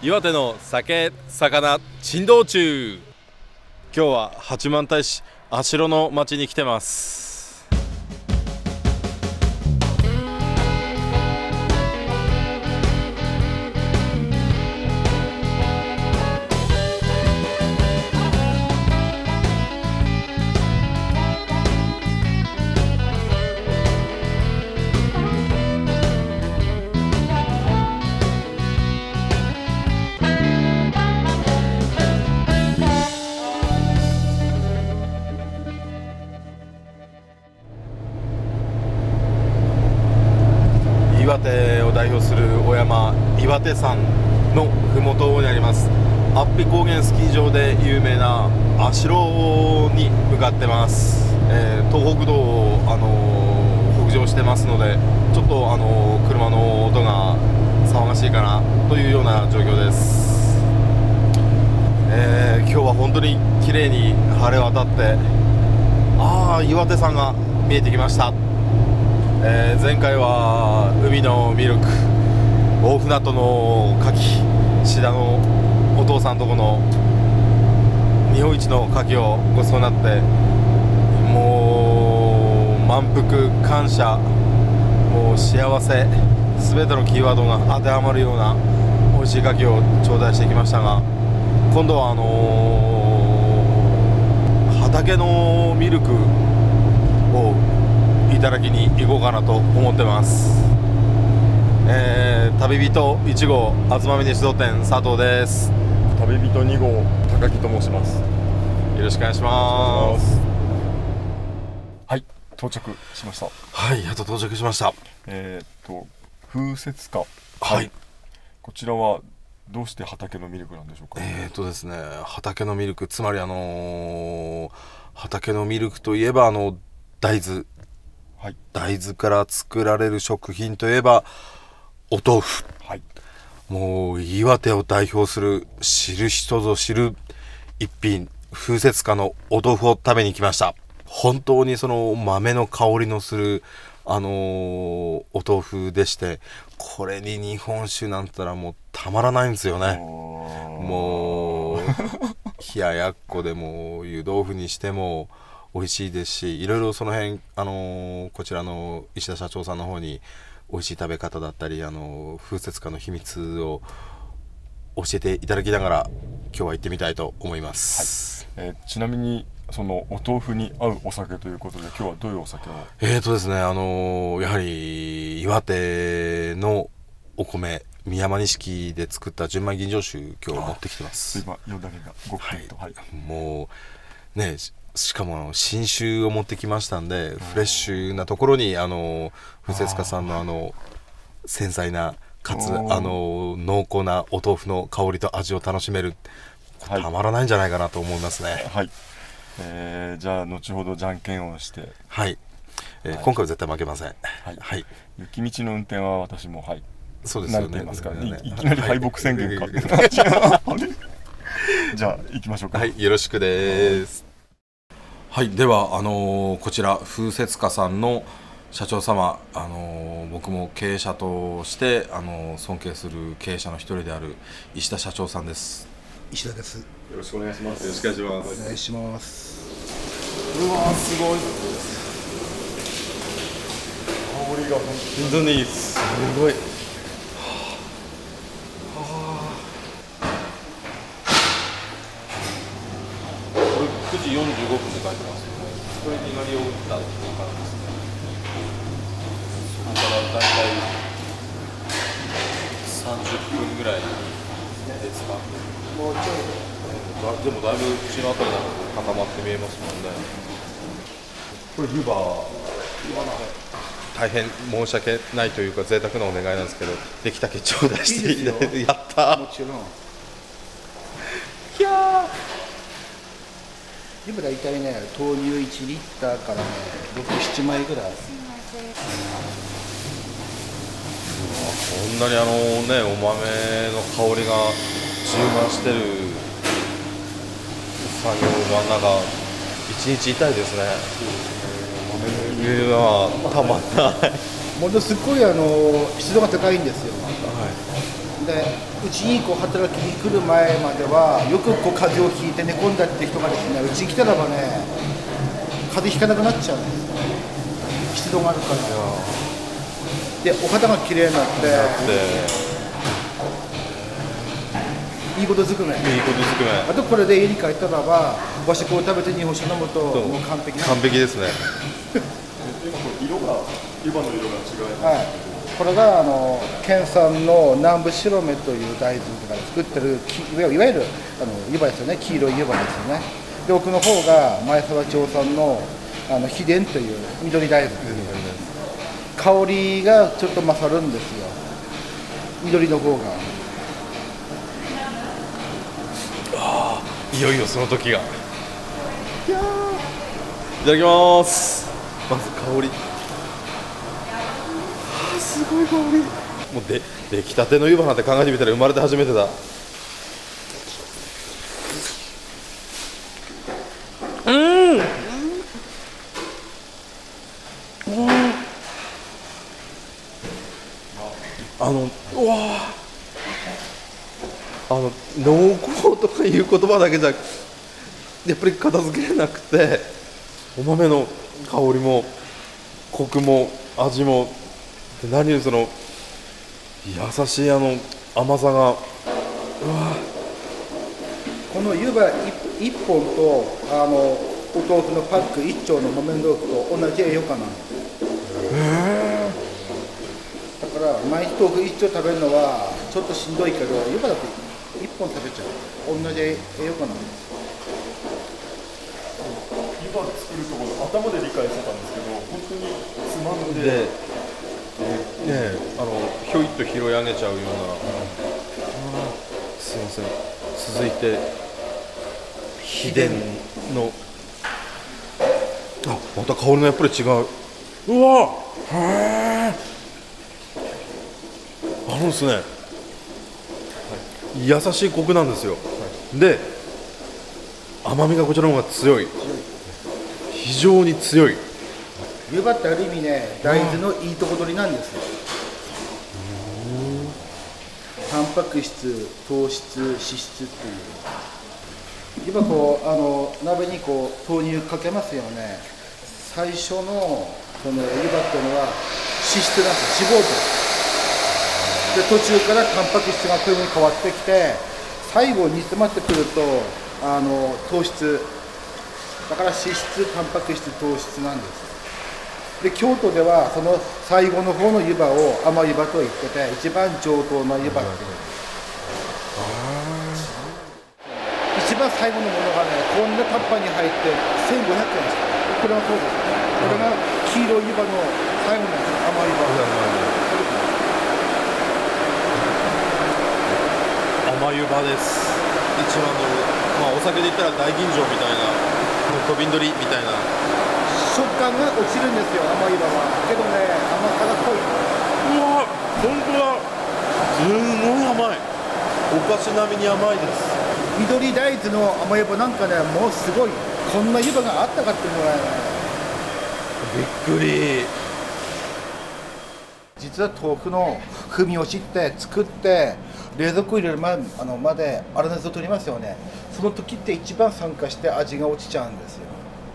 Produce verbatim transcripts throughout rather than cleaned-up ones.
岩手の酒、魚、珍道中。今日は八幡平市足寄の町に来てます。岩手を代表するお山、岩手山の麓にあります安比高原スキー場で有名な足寄に向かってます。えー、東北道を、あのー、北上してますので、ちょっと、あのー、車の音が騒がしいかなというような状況です。えー、今日は本当に綺麗に晴れ渡って、ああ、岩手山が見えてきました。えー、前回は海のミルク、大船渡の牡蠣、志田のお父さんとこの日本一の牡蠣をごちそうになって、もう満腹、感謝、もう幸せ、すべてのキーワードが当てはまるような美味しい牡蠣を頂戴してきましたが、今度はあのー、畑のミルクをいただきに行こうかなと思ってます。えー、旅人いち号あつまみ西道店佐藤です。 旅人に号高木と申します。 よろしくお願いします。 はい、到着しました。 はい、やっと到着しました。 えー、っと風雪花、 はい、 こちらはどうして畑のミルクなんでしょうか。 えーっとですね畑のミルク、つまりあのー、畑のミルクといえばあの大豆、はい、大豆から作られる食品といえばお豆腐、はい、もう岩手を代表する知る人ぞ知る一品、風雪花のお豆腐を食べに来ました。本当にその豆の香りのするあのー、お豆腐でして、これに日本酒なんて言ったらもうたまらないんですよね。もう冷ややっこでも湯豆腐にしても美味しいですし、いろいろその辺、あのー、こちらの石田社長さんの方に美味しい食べ方だったり、あのー、風雪花の秘密を教えていただきながら今日は行ってみたいと思います。 はい、えー、ちなみにそのお豆腐に合うお酒ということで、今日はどういうお酒を。 えーとですねあのー、やはり岩手のお米三山錦で作った純米吟醸酒今日持ってきてます。 今よだれがごくりと、はいはい、 もうね、しかも新酒を持ってきましたんで、フレッシュなところにあの風雪花さんのあの繊細なかつあの濃厚なお豆腐の香りと味を楽しめる、たまらないんじゃないかなと思いますね。 はい、えー、じゃあ後ほどじゃんけんをして、 はい、えーはい、今回は絶対負けません。はいはい、 雪道の運転は私も、はい、 そうですよね、 慣れていますから、ね、い, いきなり敗北宣言か、はい、じゃあ行きましょうか。 はい、よろしくです。はい、ではあのー、こちら風雪花さんの社長様、あのー、僕も経営者として、あのー、尊敬する経営者の一人である石田社長さんです。 石田です。 よろしくお願いします。 よろしくお願いします。 お願いします。 うわー、すごい。 香りが本当にすごい。くじよんじゅうごふんって書いてますよね。これになりを打ったっていう感じですね。そこからだいたいさんじゅっぷんぐらいですか。もうちょいで。でもだいぶ口のあたりが固まって見えますもんね。これ湯葉、大変申し訳ないというか贅沢なお願いなんですけど、できたけ頂戴していただいて、やったー。もちろん。ひゃー。 今大体ね、豆乳いちリッターからね、ろく、ななまいぐらい。 こんなにあのね、お豆の香りが充満してる作業がなんか一日痛いですね。豆の湯はたまんない。 ものすごいあの湿度が高いんですよ。 はでうちにこう働きに来る前まではよくこう風邪をひいて寝込んだって人がですね、うちに来たらばね風邪ひかなくなっちゃうんですよ、湿度があるから。でお肌がきれいになっていいことずくめ。 いいことずくめ。 あとこれで家に帰ったらば和食を食べて日本酒飲むともう完璧な。 完璧ですね。 色が湯葉の色が違います。 はい。これがあの県産の南部白目という大豆から作ってるきいわゆるあの湯葉ですよね。黄色い湯葉ですよね。で奥の方が前沢町産のあの秘伝という緑大豆。香りがちょっと勝るんですよ。緑の方が。 ああ、いよいよその時が。いやいただきます。まず香り。あ、すごい香り。もうで出来たての湯葉なんて考えてみたら生まれて初めてだ。うん。うんあの、うわあの濃厚とかいう言葉だけじゃやっぱり片付けれなくて、お豆の香りもコクも味もで何よりその優しいあの甘さが、うわこの湯葉いっぽんとあのお豆腐のパックいっ丁の木綿豆腐と同じ栄養価なんです。だから毎日豆腐いっ丁食べるのはちょっとしんどいけど、湯葉だっていっぽん食べちゃう。同じ栄養価なんです。 湯葉作るところ頭で理解してたんですけど、本当につまんでで、ねえ、あのひょいっと拾い上げちゃうような、うん、すいません。続いて秘伝の、あ、また香りのやっぱり違う。うわ、へえ、あのですね、はい、優しいコクなんですよ、はい、で甘みがこちらの方が強い、非常に強い。 湯葉ってある意味ね、大豆のいいとこ取りなんですよ。タンパク質、糖質、脂質っていう。湯葉こうあの鍋にこう豆乳かけますよね。最初のこの湯葉っていうのは脂質なんですよ、脂肪分。で途中からタンパク質がこういうふうに変わってきて、最後煮詰まってくるとあの糖質だから脂質、タンパク質、糖質なんです。で京都ではその最後の方の湯葉を甘湯葉と言ってて、一番上等な湯葉っていう。一番最後のものがね、こんなタッパーに入ってせんごひゃくえんです。これはそうです。これが黄色い湯葉の最後のやつ、甘湯葉。 甘湯葉です。一番の、まあ、お酒で言ったら大吟醸みたいな、飛びんどりみたいな。 食感が落ちるんですよ、甘湯葉は。けどね、甘さが濃い。 うわ、本当だ。すごい甘い。お菓子並みに甘いです。 緑大豆の甘湯葉なんかね、もうすごい。こんな湯葉があったかってもらえない。 びっくり。 実は豆腐の風味を知って作って冷蔵庫入れるまあのまで粗熱を取りますよね。その時って一番酸化して味が落ちちゃうんですよ。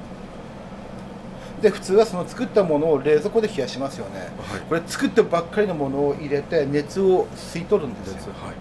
で普通はその作ったものを冷蔵庫で冷やしますよね、はい、これ作ってばっかりのものを入れて熱を吸い取るんですよ、はいはい、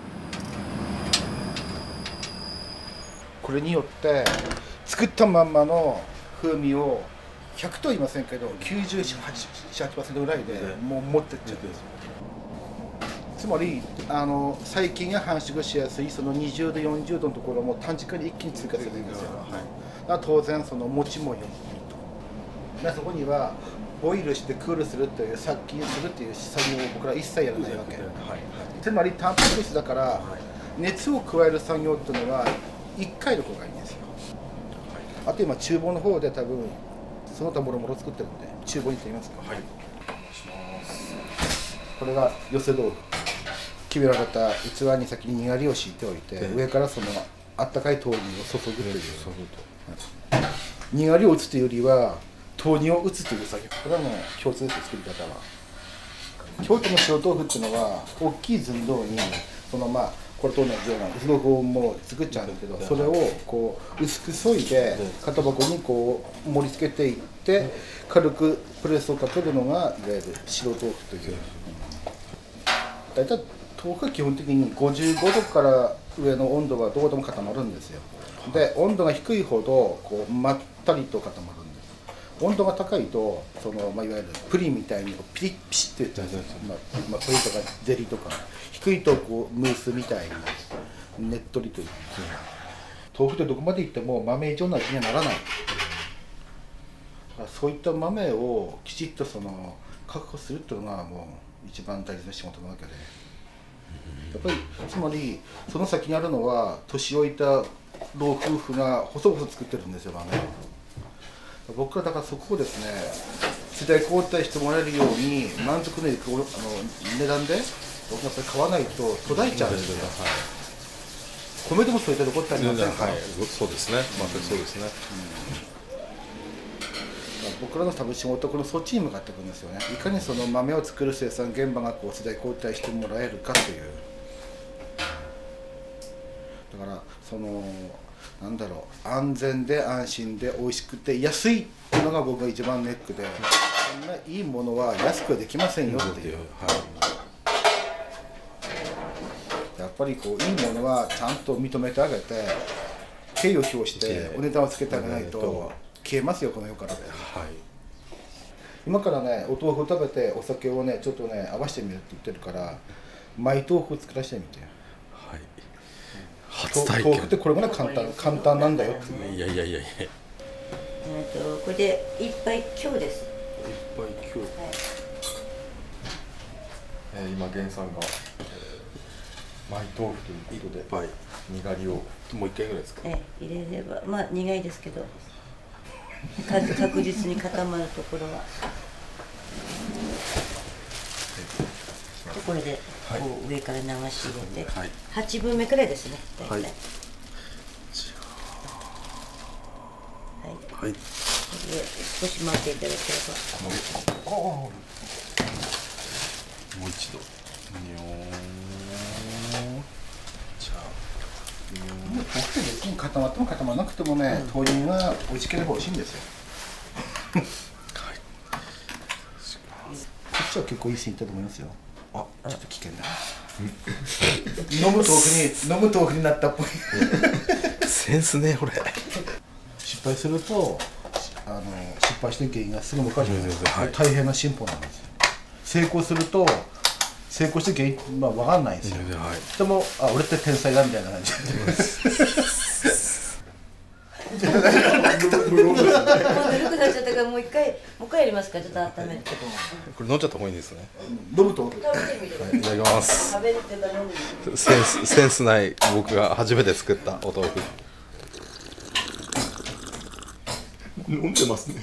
これによって作ったまんまの風味をひゃくとは言いませんけど きゅうじゅうなな、はちパーセント ぐらいでもう持ってっちゃうんですよ。つまりあの細菌が繁殖しやすいそのにじゅうどよんじゅうどのところも短時間に一気に通過するんですよ、はい、だから当然その持ちも良いと。そこにはボイルしてクールするという殺菌するっていう作業を僕ら一切やらないわけ、はいはい、つまりタンパク質だから熱を加える作業っていうのはいっかいの方がいいんですよ、はい、あと今厨房の方で多分その他もろもろ作ってるんで厨房に行ってみますか。はい、これが寄せ豆腐、決められた器に先ににがりを敷いておいて、上からそのあったかい豆乳を注ぐという、はい、にがりを打つというよりは豆乳を打つという作業、これはもう共通です、作り方は。 京都の白豆腐っていうのは大きい寸胴にそのまあこれと同じような薄豆腐をもう作っちゃうんだけど、それをこう薄く削いで型箱にこう盛り付けていって軽くプレスをかけるのがいわゆる白豆腐という。大体豆腐は基本的にごじゅうごどから上の温度はどこでも固まるんですよ。で温度が低いほどこうまったりと固まるんです。温度が高いとその、まあ、いわゆるプリンみたいにピリッピシッといっちゃうんですよ、まあまあ、プリンとかゼリーとか。低いとこうムースみたいにねっとりといって、豆腐ってどこまでいっても豆以上の味にはならない。そういった豆をきちっとその確保するっていうのがもう一番大事な仕事なわけで、やっぱりつまりその先にあるのは年老いた老夫婦が細々作ってるんですよ、豆。僕らだからそこをですね、世代交代してもらえるように満足のいくあの値段で僕がそれ買わないと途絶えちゃうんですよ。はい、米でもそういったとこってありませんか。 はい、そうですね。全くそうですね。 うん、僕らの多分仕事はこのそっちに向かっていくんですよね。いかにその豆を作る生産現場がこう世代交代してもらえるかという。だからそのなんだろう、安全で安心で美味しくて安いっていうのが僕が一番ネックで、そんないいものは安くはできませんよっていう。はい、やっぱりこういいものはちゃんと認めてあげて敬意を表してお値段をつけてあげないと消えますよ、この世からで。はい、今からねお豆腐を食べてお酒をねちょっとね合わせてみるって言ってるから、マイ豆腐を作らせてみて。はい、初体験。豆腐ってこれぐらい簡単簡単なんだよっていう。 いやいやいやいや。 えっとこれで一杯強です。 一杯強。はい、えー、今源さんがマイ豆腐ということで、はい、にがりをもう一回ぐらいですか。 ええ、入れればまあ苦いですけど確確実に固まるところは。でこれでこう上から流し入れて、はい、はちぶんめくらいですね。大体。はい。はい。で少し待っていただければ。 もう一度。にょー。じゃあ。 豆腐って別に固まっても固まらなくてもね、豆乳が美味しければ美味しいんですよ。はい。こっちは結構いい線いったと思いますよ。あ、ちょっと危険だ。飲む豆腐に飲む豆腐になったっぽい。 センスねこれ。 失敗するとあの失敗してる原因がすぐ分かるじゃないですか。大変な進歩なんですよ。成功すると成功して原因まあ分かんないんですよ。はい、でもあ俺って天才だみたいな感じ。 ぬるくなっちゃったからもう一回もう一回やりますか。ちょっと温めて。 これ飲んじゃった方がいいんですね。 飲むと。 食べてみる。 はい、いただきます。 食べるっていうか飲む。 センスセンスない僕が初めて作ったお豆腐。 飲んでますね。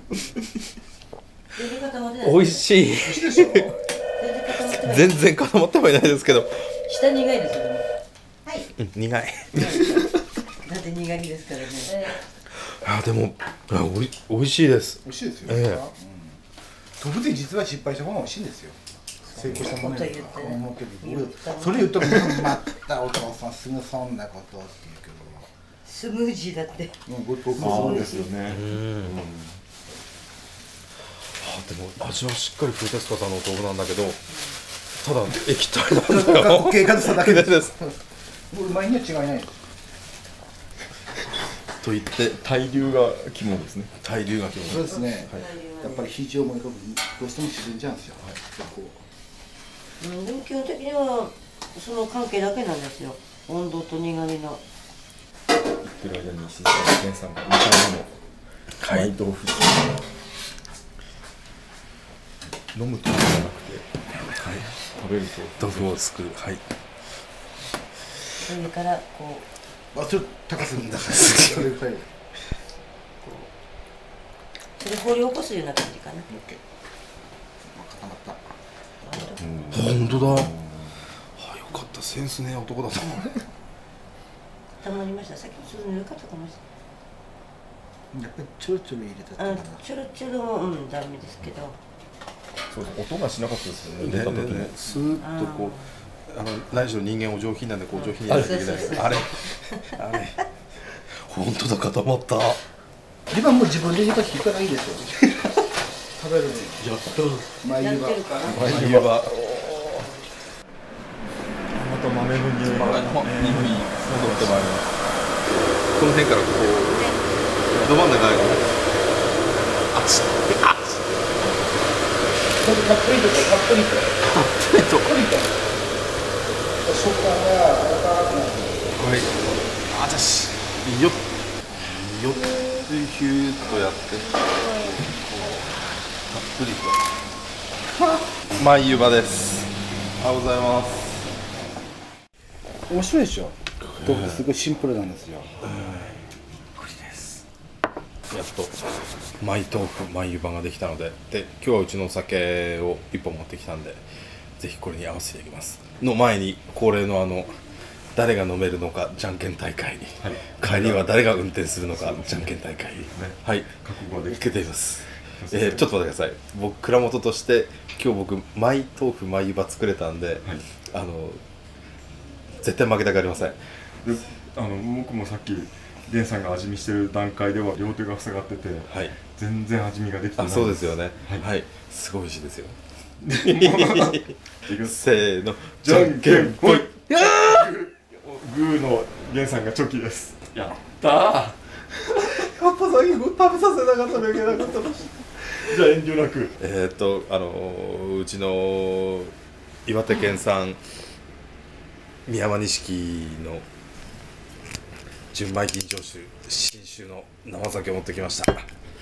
美味しい。全然固まってはいないですけど。 下苦いですよね。はい。 うん、苦い。 だって苦いですからね。 あでもあおい美味しいです。 美味しいですよ。 ええ、 豆腐で実は失敗した方が美味しいんですよ。成功したものより思うけど、それ言うとまたお父さんすぐそんなことって言うけど。 スムージーだって。 そうですよね。 うん。あでも味はしっかりフーテスカさんのお豆腐なんだけど、ただ液体なんだよ。 固形化さだけです。うまいには違いないです。 と言って対流が肝ですね。 対流が肝。 そうですね。やっぱり肘をもうどうしても沈んじゃうんですよ。 うん、でも基本的にはその関係だけなんですよ。温度と苦味の。 言ってる間に石井さん、源さんがにかいめのマイ豆腐。飲む豆腐じゃなくて、はい、食べる豆腐を作る。はい。 それからこう。あ、ちょっと高すぎだ。それそれ掘り起こすような感じかな。 オッケー。固まった。 本当だ。あ、よかった。センスねえ男だと。 たまりました。さっきちょっとぬるかったかもしれない。 やっぱりちょろちょろ入れた。 あ、ちょろちょろもうんダメですけど。 そうそう音がしなかったですよね。出ねた時に。 ねねスーッとこうあの何しろ人間お上品なんでこう上品にやらなきゃいけないですあれあれ本当だ固まったや今もう自分で湯葉引かないんですよ食べるのにった前湯葉やってるかな。 眉毛はまた豆の匂いが。 まだ匂い戻ってまいりますこの辺からこうど真ん中にあっちあっちたっぷりとたっぷりとたっぷりとたっぷりと食感が柔らかくなるはいあじゃしよっよってヒューッとやってたっぷりと眉湯葉ですおはようございます面白いでしょ豆腐すごいシンプルなんですよやっとマイ豆腐マイ湯葉ができたのでで今日はうちのお酒をいっぽん持ってきたんでぜひこれに合わせていきますの前に恒例のあの誰が飲めるのかじゃんけん大会に、はい、帰りは誰が運転するのかじゃんけん大会に、ね、はい覚悟はでき受けています、えー、ちょっと待ってください僕蔵元として今日僕マイ豆腐マイ湯葉作れたんで、はい、あの絶対負けたくありませんであの僕もさっきゲンさんが味見してる段階では両手が塞がってて、はい、全然味見ができてないあそうですよねはい、はい、すごい美味しいですよせーのじゃんけんぽいグーのゲンさんがチョキですやったーやっぱ先ほど食べさせなかったらいけなかったのじゃあ遠慮なくえー、っとあのー、うちの岩手県産宮山錦の純米吟醸酒新酒の生酒を持ってきました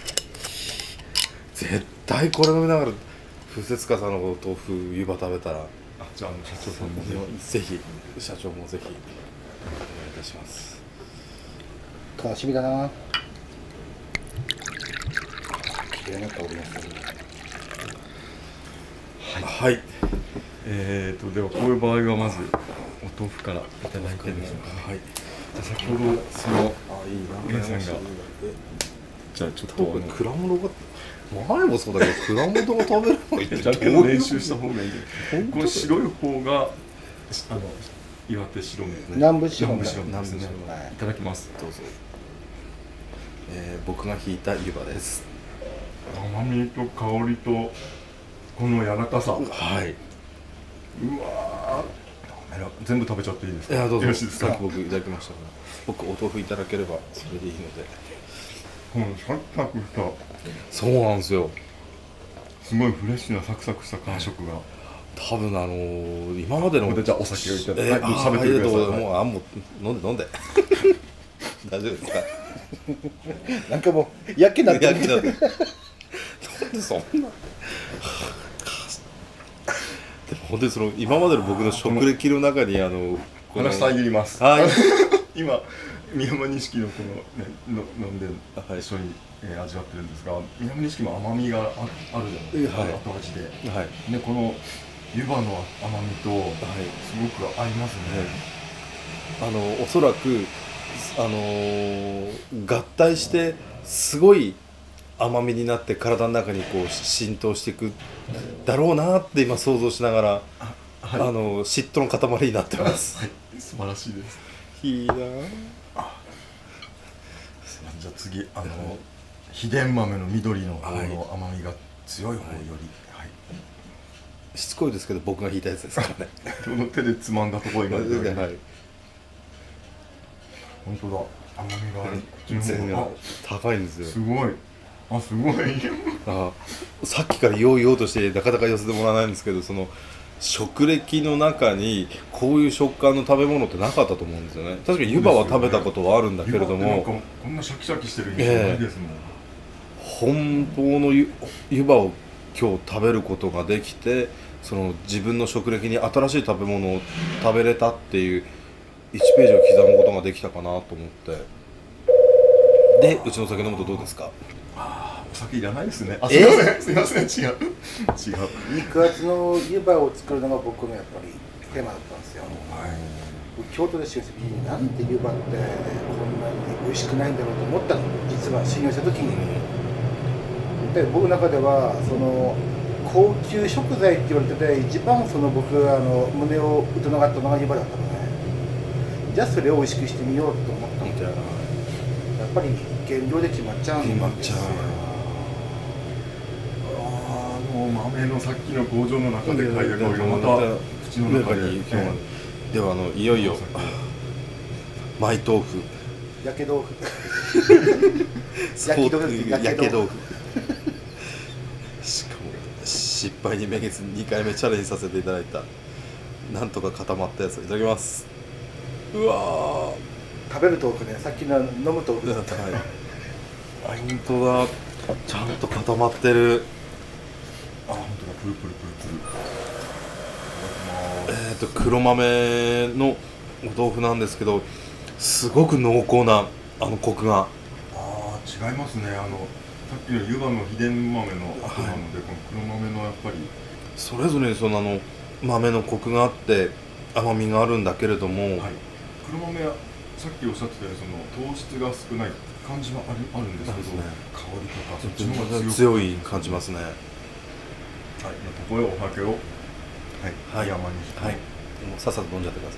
絶対これ飲みながら風雪かさんの豆腐湯葉食べたらあじゃああの社長さんもぜひ社長もぜひお願いいたします楽しみだな綺麗な香りがするはい、はい、 えーとではこういう場合はまずお豆腐からいただいてですねはいじゃあ先ほどそのゲンさんがじゃあちょっとあの蔵物が前もそうだけど蔵元が食べるの言ってじゃんけんの練習した方がいいこの白い方があの岩手白梅南部白梅ですねいただきますどうぞ、えー、僕が引いた湯葉です甘みと香りとこの柔らかさはいうわ全部食べちゃっていいですか？ いやどうぞよろしいですか？ さっき僕いただきましたから僕お豆腐いただければそれでいいのでこのサクサクしたそうなんですよすごいフレッシュなサクサクした感触が多分あのー、今までのここでじゃあお酒をいただいて、 えー、 はい、食べてください、はい、 もうあもう飲んで飲んで大丈夫ですかなんかもうやけになってるやけになってるなんでそんなでも本当にその今までの僕の食歴の中にあの話遮りますはい今宮山錦のこの、ね、の飲んではい一緒に、えー、味わってるんですが宮山錦も甘みが あ, あるじゃないですか、はい、後味で、はい、でこの湯葉の甘みと、はい、すごく合いますね、 はい、あのおそらくあのー、合体してすごい甘みになって体の中にこう浸透していくだろうなって今想像しながら、はい、あの嫉妬の塊になってます、 はい、素晴らしいですいいなあじゃあ次あの秘伝豆の緑の方の甘みが強い方より、はいはい、しつこいですけど僕が引いたやつですからねこの手でつまんだところに、はい、本当だ甘みがある全然高いんですよすごいあすごいあさっきから言おう言おうとしてなかなか寄せてもらわないんですけどその食歴の中にこういう食感の食べ物ってなかったと思うんですよね確かに湯葉は食べたことはあるんだけれども、 なんかこんなシャキシャキしてる印象ないですもん、 えー、本当の湯葉を今日食べることができてその自分の食歴に新しい食べ物を食べれたっていういちページを刻むことができたかなと思ってでうちの酒飲むとどうですかあお酒いらないですねあすいませんすいません違う違う肉厚の湯葉を作るのが僕のやっぱりテーマだったんですよ、はい、京都で知る時になんで湯葉ってこんなに美味しくないんだろうと思ったの実は修行した時にで僕の中ではその高級食材って言われてて一番その僕あの胸を打たなかったのが湯葉だったのね。じゃあそれを美味しくしてみようと思ったんだよ。やっぱり原料で決まっちゃうんですよ。 決まっちゃう。 あの豆のさっきの工場の中で嗅いだ香りがまた口の中で、 にではあのいよいよマイ豆腐焼け豆腐焼き豆腐焼け豆腐しかも失敗にめげずにかいめチャレンジさせていただいたなんとか固まったやついただきます。うわ食べる豆腐ね、さっきの飲む豆腐だったはいあ、本当だ、ちゃんと固まってる。 あ、本当だ、プルプルプルプル。 えっと黒豆のお豆腐なんですけど、すごく濃厚なあのコクが。 ああ、違いますね。あのさっきの湯葉の秘伝豆の後なので、はい、この黒豆のやっぱりそれぞれそのあの豆のコクがあって甘みがあるんだけれども、はい、 黒豆はさっきおっしゃってたようにその糖質が少ない感じはあるあるんですけど、ね、香りとかそっちの方が強い感じますね。はい、 ここへお酒を、はいはい、 山にして、 はい、もうさっさと飲んじゃってください。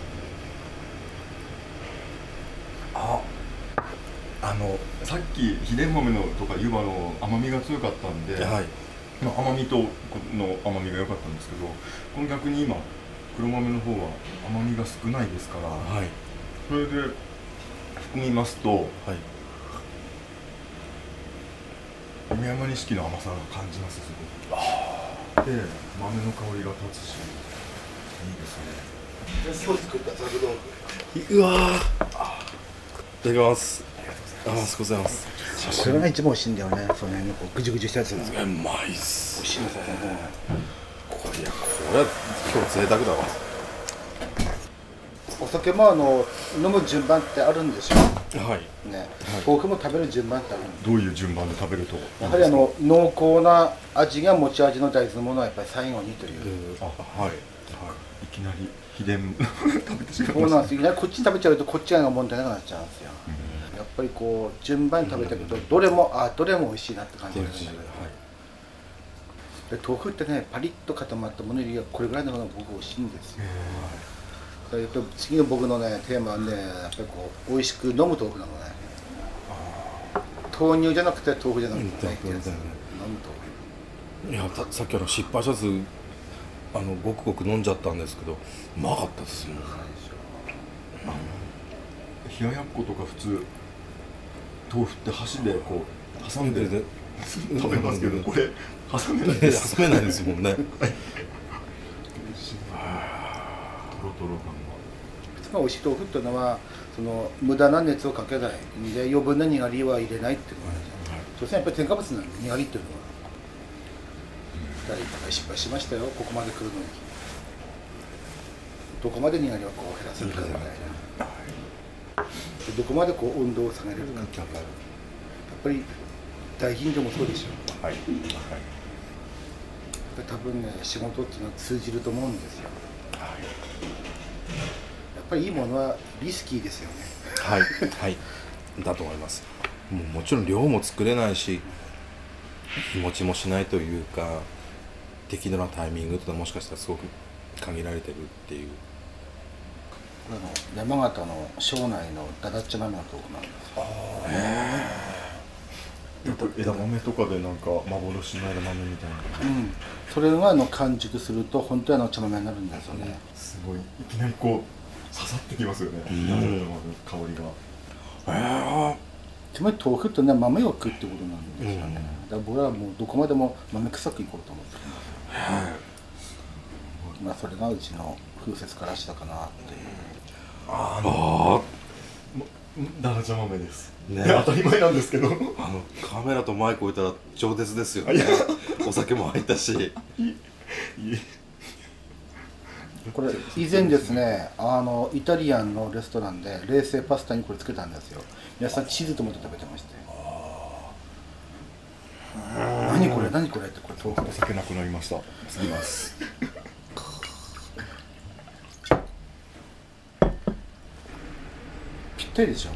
あ、あのさっき秘伝豆のとか湯葉の甘みが強かったんで、はい、まあ、甘みとの甘みが良かったんですけど、この逆に今黒豆の方は甘みが少ないですから、はい、それで含みますと、はい、梅山錦の甘さが感じます。すごく。で、豆の香りが立つし、いいですね。 今日作ったザブ豆腐。うわー、いただきます。ありがとうございます。 これが一番美味しいんだよね。その辺のこうぐじゅぐじゅしたやつが。 うまいっす。 美味しいんですよね。 これ、いや、これは今日贅沢だわ。 お酒もあの飲む順番ってあるんですよ。 はい。 ね、豆腐も食べる順番ってあるんです。 どういう順番で食べると？ やはりあの濃厚な味が持ち味の大豆のものはやっぱり最後にという。 あ、はい、はい。いきなり秘伝食べてしまいました。 そうなんですよ。いきなりこっち食べちゃうとこっちが問題なくなっちゃうんですよ。うん、やっぱりこう順番に食べていくとどれもあどれも美味しいなって感じがするんだけど。はい、で豆腐ってねパリッと固まったものよりはこれぐらいのものが僕美味しいんですよ。やっぱり次の僕のねテーマはねやっぱりこう美味しく飲む豆腐なのね。豆乳じゃなくて豆腐じゃなくてないってやつ。飲む豆腐。 いやさっきあの失敗者数あのごくごく飲んじゃったんですけどうまかったですよ。 冷ややっことか普通豆腐って箸でこう挟んで食べますけど、これ挟めないです。 挟めないですもんね。トロトロ感が。 美味しい豆腐っていうのはその無駄な熱をかけないで余分なにがりは入れないっていうのがあるじゃない。所詮やっぱり添加物なんでにがりっていうのは。ふたりとか失敗しましたよ、ここまで来るのに。どこまでにがりはこう減らせるかみたいな。どこまでこう温度を下げれるかっていうのがやっぱり大頻度もそうでしょ。はい。はい。多分ね仕事っていうのは通じると思うんですよ。はい。やっぱりいいものはリスキーですよね。 はいはいだと思います。もうもちろん量も作れないし日持ちもしないというか適度なタイミングというのはもしかしたらすごく限られてるっていう。 これの山形の庄内のだだっちゃ豆の豆腐なんです。ああ。へえ。枝豆とかでなんか幻の枝豆みたいな。 うん。それがあの完熟すると本当にあの茶豆になるんですよね。 すごいいきなりこう刺さってきますよね。うん、香りが。 へえ。つまり豆腐ってね豆を食うってことなんですよね。うん、だから僕らはもうどこまでも豆臭くいこうと思ってるんですよ。まあそれがうちの風説からしたかなっていう。 ああ。だだちゃ豆です。ね、当たり前なんですけど。あのカメラとマイク置いたら超絶ですよね。お酒も入ったし。 これ以前ですね、あのイタリアンのレストランで冷製パスタにこれつけたんですよ。皆さんチーズと思って食べてましたよ。何これ何これってこれ豆腐。 お酒なくなりました。次ます。 ぴったりでしょ。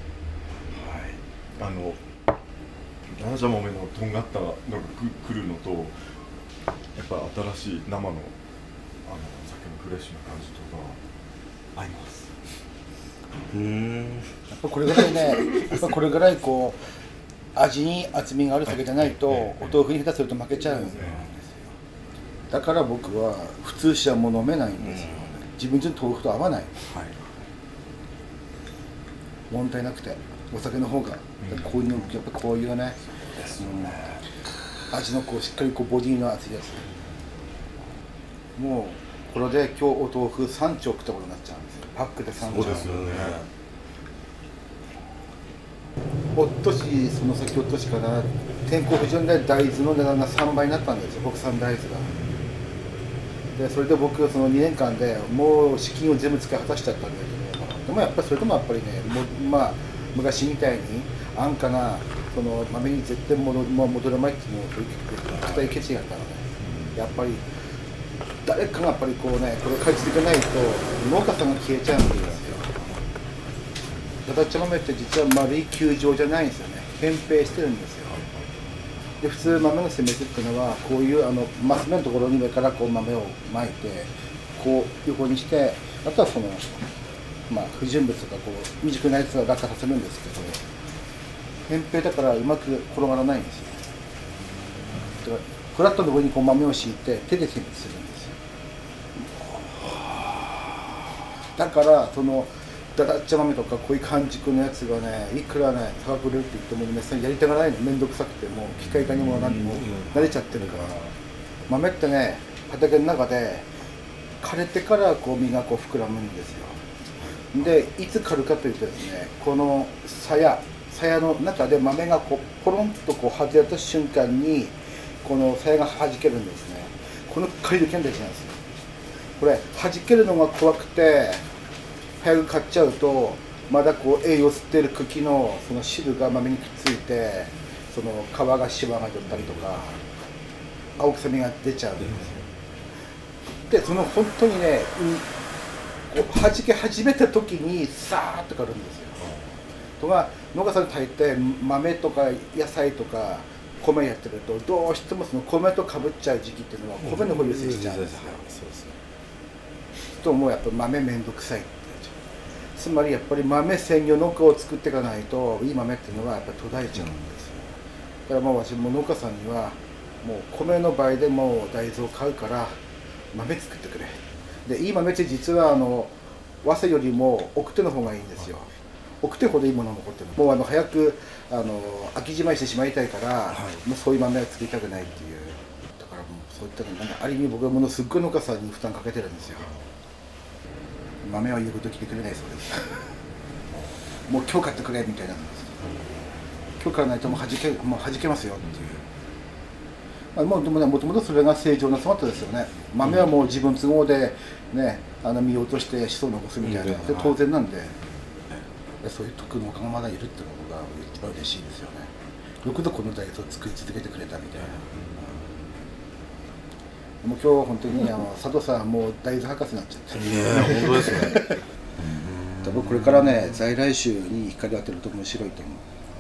はい。あのだだちゃ豆のとんがったのがくくるのとやっぱ新しい生のあの酒のフレッシュな感じとか合います。 うん、やっぱこれぐらいね、やっぱこれぐらいこう味に厚みがある酒じゃないと、お豆腐に下手すると負けちゃうんですよ。だから僕は普通酒はもう飲めないんですよ。自分ちの豆腐と合わない。はい、問題なくて、お酒の方が、こういうの、やっぱこういうね、うん、味のこうしっかりこうボディの厚いやつ。もうこれで今日お豆腐さん丁食ったことになっちゃうんですよ。パックでさん丁。そうですよね。おっとし、その先おっとしから天候不順で大豆の値段がさんばいになったんですよ、国産大豆が。でそれで僕はそのにねんかんでもう資金を全部使い果たしちゃったんだけど、でもやっぱりそれともやっぱりね、もまあ昔みたいに安価なその豆に絶対戻戻るまいっていうのを固い決意があったので、やっぱり誰かがやっぱりこうね、これを買い続けないと農家さんが消えちゃうんですよ。だだっちゃ豆って実は丸い球状じゃないんですよね。扁平してるんですよ。で普通豆の選別っていうのはこういうあのマス目のところに上からこう豆をまいてこう横にして、あとはそのまあ不純物とかこう未熟なやつは落下させるんですけど、扁平だからうまく転がらないんですよ。だからフラットの上にこう豆を敷いて手で選別するんですよ。だからそのだだっちゃ豆とかこういう完熟のやつがね、いくらね高く売れるって言っても皆さんやりたがらないの、面倒くさくてもう機械化にも何にも慣れちゃってるから、豆ってね畑の中で枯れてからこう実がこう膨らむんですよ。でいつ刈るかというとですね、この鞘鞘の中で豆がこうポロンとこう外れた瞬間にこの鞘が弾けるんですね。この刈り時が大事なんですよ。これ弾けるのが怖くて早く買っちゃうと、まだこう栄養吸っている茎のその汁が豆にくっついて、その皮がシワが出たりとか青臭みが出ちゃうんですよ。でその本当にね、こう弾け始めた時にさーっと刈るんですよ。とが農家さんに大抵豆とか野菜とか米やってるとどうしてもその米とかぶっちゃう時期っていうのは米の方優先しちゃうんですよ。ともうやっぱ豆めんどくさい。つまりやっぱり豆専業農家を作っていかないといい豆っていうのはやっぱり途絶えちゃうんですよ。だからもう私も農家さんにはもう米の場合でもう大豆を買うから豆作ってくれ。でいい豆って実はあの早生よりも奥手の方がいいんですよ。奥手ほどいいものが残ってる。もうあの早くあの飽きじまいしてしまいたいから、はい、もうそういう豆は作りたくないっていう。だからもうそういったのがある意味僕はものすごい農家さんに負担かけてるんですよ。豆は言うこと聞いてくれないそうです。もう今日買ってくれみたいなんです。今日買わないともう弾け、もう弾けますよっていう。まあ、もうでもね、もともとそれが正常な姿ですよね。豆はもう自分都合でね、あの実を落として子孫を残すみたいな、うん、で当然なんで、そういう特農家がまだいるっていうのが一番嬉しいですよね。よくぞこの大豆を作り続けてくれたみたいな。もう今日本当にあの佐藤さんもう大豆博士になっちゃって。 いや本当ですね。 多分これからね在来種に光を当てると面白いと思う。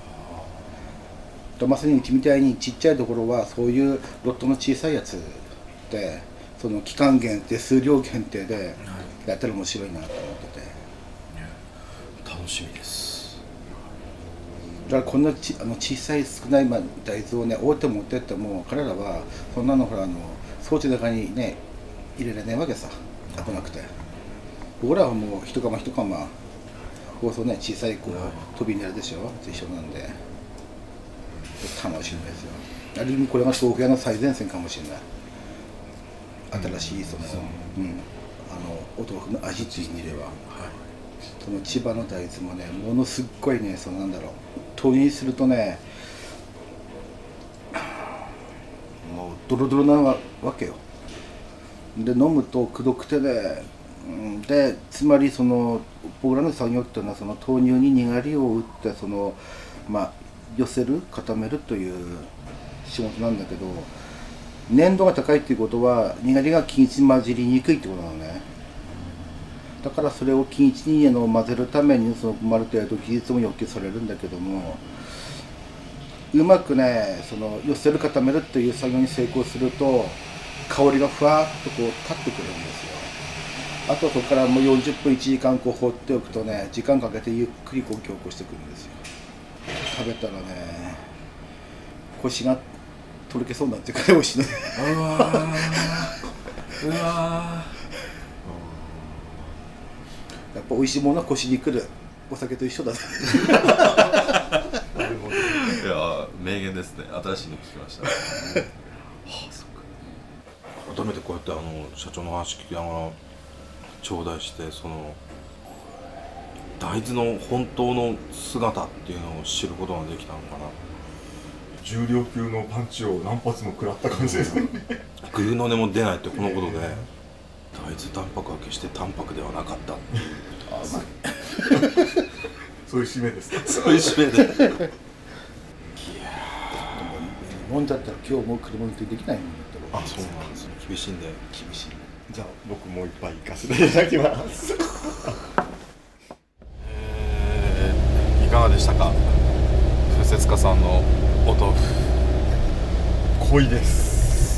とまさにうちみたいにちっちゃいところはそういうロットの小さいやつでその期間限定数量限定でやったら面白いなと思ってて。 楽しみです。 だからこんなちあの小さい少ない大豆をね大手持ってっても彼らはそんなのほらあの装置の中にね入れられないわけさ、危なくて。僕らはもう一釜一釜こうそうね小さいこう飛びになるでしょ、一緒なんで楽しいんですよ。ある意味これが豆腐屋の最前線かもしれない。新しいその、うん、あのお豆腐の味っていう意味では、はい、その千葉の大豆もねものすっごいねそのなんだろう投入するとねもうドロドロなわけよ。で飲むとくどくてで、でつまりその僕らの作業っていうのはその豆乳ににがりを打ってそのまあ寄せる固めるという仕事なんだけど、粘度が高いっていうことはにがりが均一に混じりにくいってことなのね。だからそれを均一にあの混ぜるためにそのある程度技術も要求されるんだけども、うまくねその寄せる固めるっていう作業に成功すると香りがふわっとこう立ってくるんですよ。あとそこからもうよんじゅっぷんいちじかんこう放っておくとね、時間かけてゆっくりこう凝固してくるんですよ。食べたらね、腰がとろけそうになってくる美味しいの。うわーうわーやっぱ美味しいものは腰にくる。お酒と一緒だ。 いや名言ですね。新しいの聞きました。はあ、そっか。 改めてこうやってあの社長の話聞きながら頂戴して、その大豆の本当の姿っていうのを知ることができたのかな。 重量級のパンチを何発も食らった感じですね。 グーの音も出ないってこのことで、大豆タンパクは決して淡白ではなかったっていうあ、まあそういう締めですね。 そういう締めで。いや飲んじゃったら今日もう車運転できないもんだったら。 あ、そうなんですね。厳しいんで。 厳しい。 じゃあ僕もう一杯行かせていただきます。 えー、いかがでしたか、風雪家さんのお豆腐。 濃いです。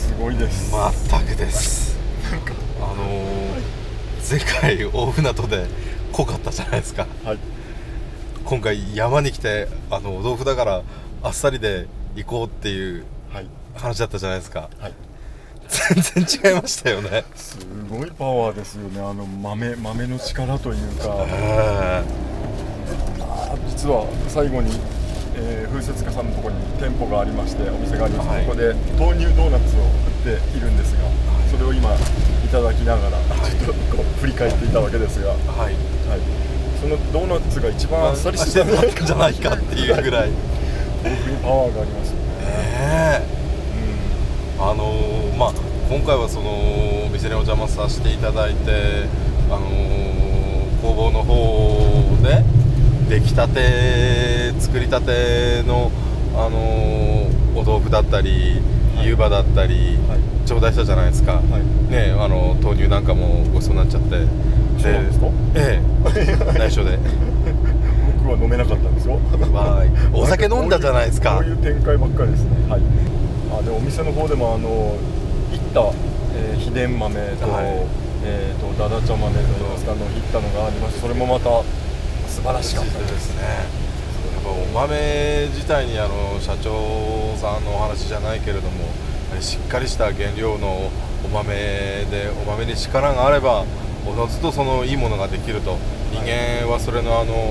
すごいです。 全くです。なんかあのー、前回大船渡で濃かったじゃないですか。 はい。今回山に来てあのお豆腐だからあっさりで行こうっていう話だったじゃないですか。はい。全然違いましたよね。 すごいパワーですよね。あの豆豆の力というか。 あ実は最後に、えー、風雪家さんのところに店舗がありまして、お店がありまして、はい、ここで豆乳ドーナツを売っているんですが、はい、それを今いただきながら、はい、ちょっとこう振り返っていたわけですが、はいはい、そのドーナツが一番あっさりしてたんじゃないかっていうぐらい豆腐にパワーがありますよね。 えーうん、あのー、まあ今回はそのお店にお邪魔させていただいて、あのー、工房の方で出来たて作りたての、あのー、お豆腐だったり、はい、湯葉だったり、はい、頂戴したじゃないですか、はい、ね、あの豆乳なんかもごちそうになっちゃって。 そうなんですか？ ええ、内緒で僕は飲めなかったんですよ。 お酒飲んだじゃないですか。 こういう展開ばっかりですね。はい。あでお店の方でもあのいった、えー、秘伝豆と、はい、えー、とだだ茶豆といいますか、あのいったのがありまして、それもまた素晴らしかったですね。 やっぱお豆自体にあの社長さんのお話じゃないけれども、しっかりした原料のお豆で、お豆に力があればおのずとそのいいものができると、人間はそれのあの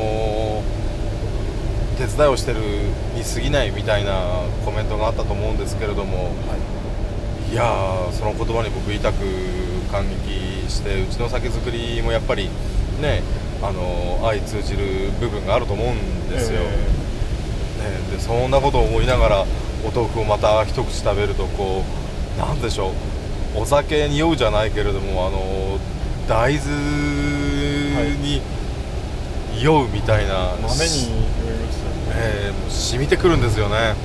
ー、手伝いをしてるに過ぎないみたいなコメントがあったと思うんですけれども、はい、いやーその言葉に僕痛く感激して、うちの酒造りもやっぱりね、あのー、相通じる部分があると思うんですよ、えー、ね、でそんなことを思いながらお豆腐をまた一口食べると、こうなんでしょう、お酒に酔うじゃないけれども、あのー大豆に酔うみたいな、 はい、豆に酔いましたよね、 えー、もう染みてくるんですよね、はい、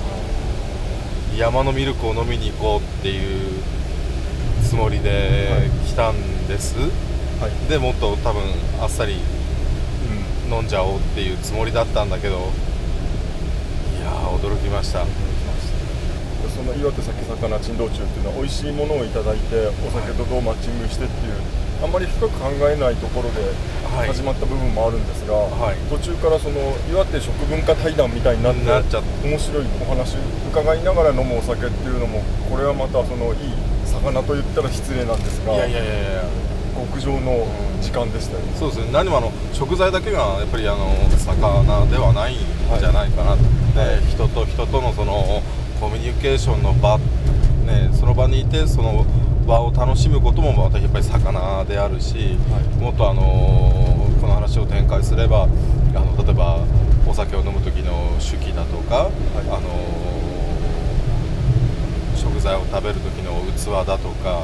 山のミルクを飲みに行こうっていうつもりで来たんです、はい、でもっと多分あっさり飲んじゃおうっていうつもりだったんだけど、いやー驚きました。 その岩手酒魚珍道中っていうのは美味しいものをいただいてお酒とどうマッチングしてっていう、あんまり深く考えないところで始まった部分もあるんですが、はい、途中からその岩手食文化対談みたいになってなっちゃって面白いお話伺いながら飲むお酒っていうのも、これはまたそのいい魚と言ったら失礼なんですが、いやいやいやいや極上の時間でしたよね、うん、 そうですね。何もあの食材だけがやっぱりあの魚ではないんじゃないかな、はい、で人と人とのそのコミュニケーションの場、ね、その場にいてその場を楽しむこともまたやっぱり魚であるし、はい、もっとあのこの話を展開すれば、あの例えばお酒を飲む時の手記だとか、はい、あの食材を食べる時の器だとか、はい、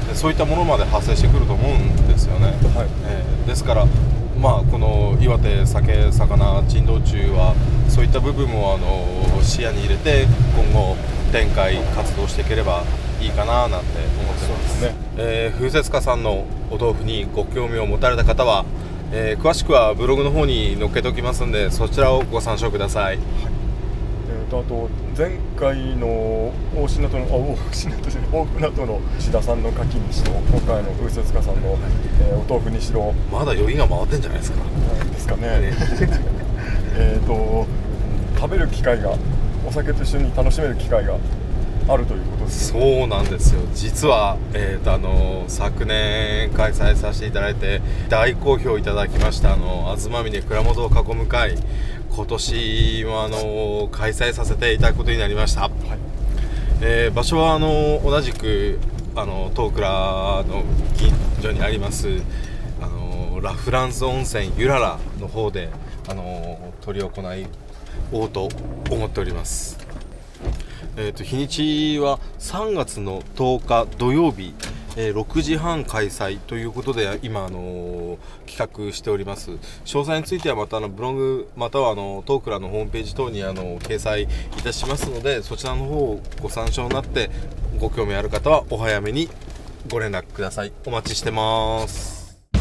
でそういったものまで発生してくると思うんですよね、はい、えー、ですからまあ、この岩手酒魚珍道中はそういった部分もあの視野に入れて今後展開活動していければいいかななんて思ってます。そうですね、えー、風雪家さんのお豆腐にご興味を持たれた方は、えー、詳しくはブログの方に載っけておきますんで、そちらをご参照ください。はい、 えー、とあと前回の大品とのあ大品とじゃない大船渡の志田さんの牡蠣にしろ今回の風雪塚さんの、えー、お豆腐にしろまだ余韻が回ってんじゃないですかですかねえっと食べる機会がお酒と一緒に楽しめる機会があるということです、 ね、そうなんですよ。実は、えーとあの昨年開催させていただいて大好評いただきましたあの東峰蔵元を囲む会、今年もあの開催させていただくことになりました、はい。えー、場所はあの同じくあの東倉の近所にありますあのラ・フランス温泉ゆららの方であの執り行いおうと思っております。えー、と日にちはさんがつのとおか土曜日、えー、ろくじはん開催ということで今、あのー、企画しております。詳細についてはまたあのブログまたはあのトークラのホームページ等にあの掲載いたしますので、そちらの方をご参照になってご興味ある方はお早めにご連絡ください。お待ちしてます。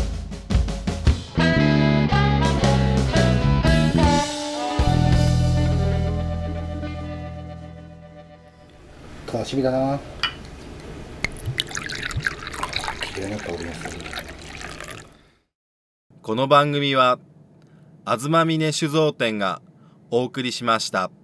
楽しみだな。綺麗な香りがする。 この番組は東峰酒造店がお送りしました。